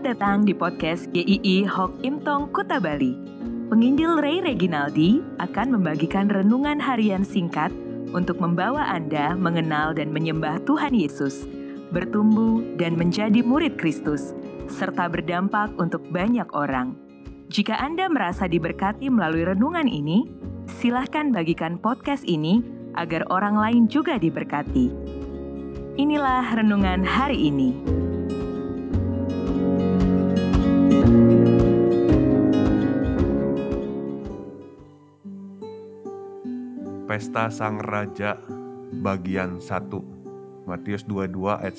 Selamat datang di podcast GII Hok Imtong Kota Bali. Penginjil Ray Reginaldi akan membagikan renungan harian singkat untuk membawa Anda mengenal dan menyembah Tuhan Yesus, bertumbuh dan menjadi murid Kristus, serta berdampak untuk banyak orang. Jika Anda merasa diberkati melalui renungan ini, silahkan bagikan podcast ini agar orang lain juga diberkati. Inilah renungan hari ini. Pesta Sang Raja bagian 1, Matius 22 ayat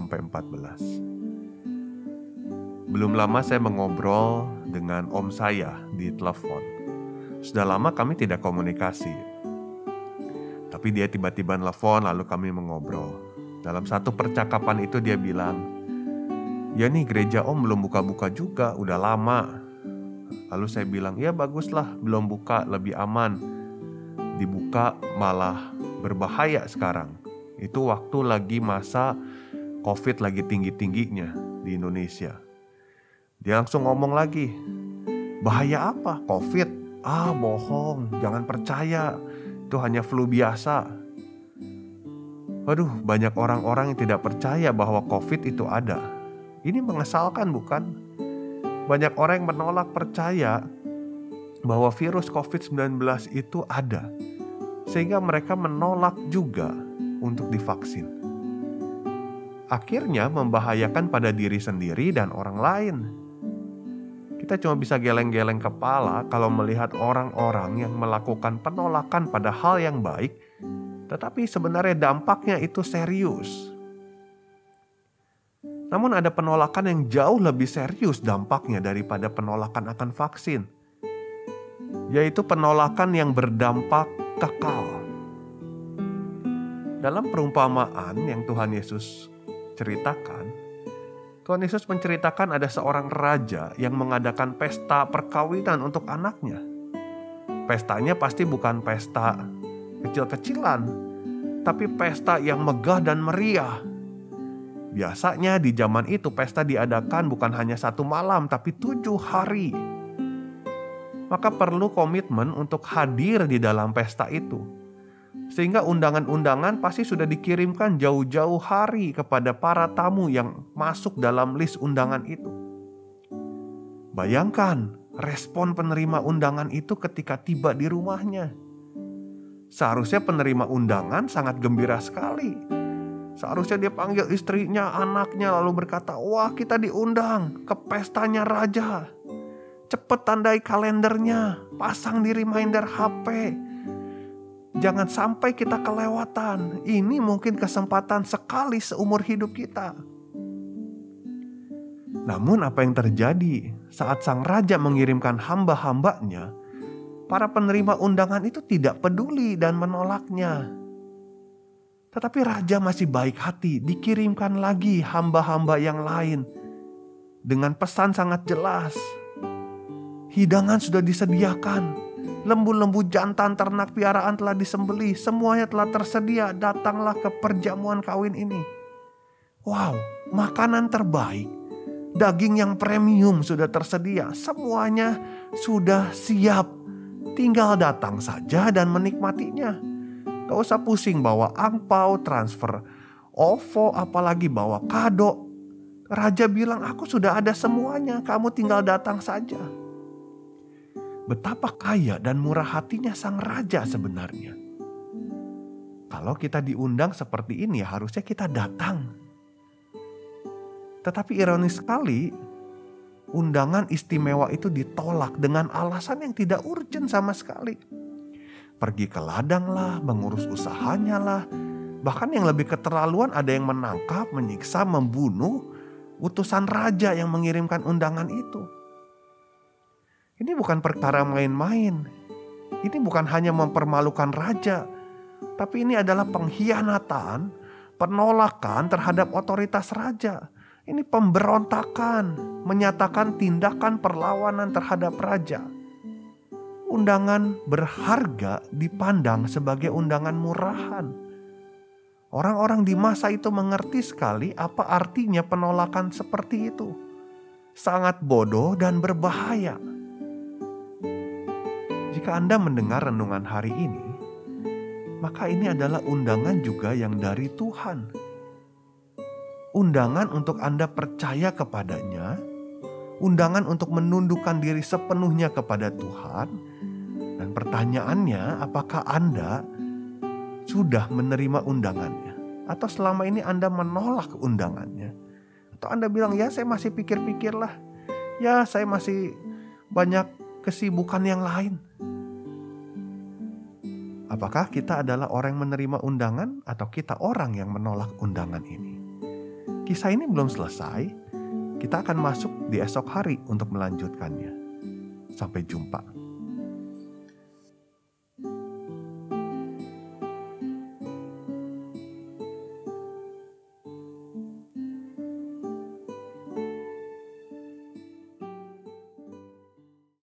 1-14. Belum lama saya mengobrol dengan om saya di telepon. Sudah lama kami tidak komunikasi. Tapi dia tiba-tiba nelfon lalu kami mengobrol. Dalam satu percakapan itu dia bilang, "Ya nih gereja om belum buka-buka juga, udah lama." Lalu saya bilang, "Ya baguslah belum buka, lebih aman. Dibuka malah berbahaya sekarang. Itu waktu lagi masa COVID lagi tinggi-tingginya di Indonesia." Dia langsung ngomong lagi, "Bahaya apa? COVID? Ah bohong, jangan percaya. Itu hanya flu biasa." Waduh, banyak orang-orang yang tidak percaya bahwa COVID itu ada. Ini mengesalkan bukan? Banyak orang yang menolak percaya bahwa virus COVID-19 itu ada. Sehingga mereka menolak juga untuk divaksin. Akhirnya membahayakan pada diri sendiri dan orang lain. Kita cuma bisa geleng-geleng kepala kalau melihat orang-orang yang melakukan penolakan pada hal yang baik, tetapi sebenarnya dampaknya itu serius. Namun ada penolakan yang jauh lebih serius dampaknya daripada penolakan akan vaksin, yaitu penolakan yang berdampak kekal. Dalam perumpamaan yang Tuhan Yesus ceritakan, Tuhan Yesus menceritakan ada seorang raja yang mengadakan pesta perkawinan untuk anaknya. Pestanya pasti bukan pesta kecil-kecilan, tapi pesta yang megah dan meriah. Biasanya di zaman itu pesta diadakan bukan hanya 1 malam, tapi 7 hari. Maka perlu komitmen untuk hadir di dalam pesta itu. Sehingga undangan-undangan pasti sudah dikirimkan jauh-jauh hari kepada para tamu yang masuk dalam list undangan itu. Bayangkan respon penerima undangan itu ketika tiba di rumahnya. Seharusnya penerima undangan sangat gembira sekali. Seharusnya dia panggil istrinya, anaknya, lalu berkata, "Wah, kita diundang ke pestanya raja. Cepet tandai kalendernya, pasang di reminder HP. Jangan sampai kita kelewatan. Ini mungkin kesempatan sekali seumur hidup kita." Namun apa yang terjadi saat sang raja mengirimkan hamba-hambanya, para penerima undangan itu tidak peduli dan menolaknya. Tetapi raja masih baik hati, dikirimkan lagi hamba-hamba yang lain dengan pesan sangat jelas. Hidangan sudah disediakan, lembu-lembu jantan ternak piaraan telah disembelih, semuanya telah tersedia, datanglah ke perjamuan kawin ini. Wow, makanan terbaik, daging yang premium sudah tersedia, semuanya sudah siap. Tinggal datang saja dan menikmatinya. Gak usah pusing bawa angpau, transfer OVO, apalagi bawa kado. Raja bilang, "Aku sudah ada semuanya, kamu tinggal datang saja." Betapa kaya dan murah hatinya sang raja sebenarnya. Kalau kita diundang seperti ini, harusnya kita datang. Tetapi ironis sekali, undangan istimewa itu ditolak dengan alasan yang tidak urgent sama sekali. Pergi ke ladang lah, mengurus usahanya lah. Bahkan yang lebih keterlaluan ada yang menangkap, menyiksa, membunuh utusan raja yang mengirimkan undangan itu. Ini bukan perkara main-main. Ini bukan hanya mempermalukan raja, tapi ini adalah pengkhianatan, penolakan terhadap otoritas raja. Ini pemberontakan, menyatakan tindakan perlawanan terhadap raja. Undangan berharga dipandang sebagai undangan murahan. Orang-orang di masa itu mengerti sekali apa artinya penolakan seperti itu. sangat bodoh dan berbahaya. Jika Anda mendengar renungan hari ini, maka ini adalah undangan juga yang dari Tuhan. Undangan untuk Anda percaya kepadanya, undangan untuk menundukkan diri sepenuhnya kepada Tuhan. Dan pertanyaannya, apakah Anda sudah menerima undangannya? Atau selama ini Anda menolak undangannya? Atau Anda bilang, ya saya masih pikir-pikir lah. Ya saya masih banyak kesibukan yang lain. Apakah kita adalah orang yang menerima undangan atau kita orang yang menolak undangan ini? Kisah ini belum selesai. Kita akan masuk di esok hari untuk melanjutkannya. Sampai jumpa.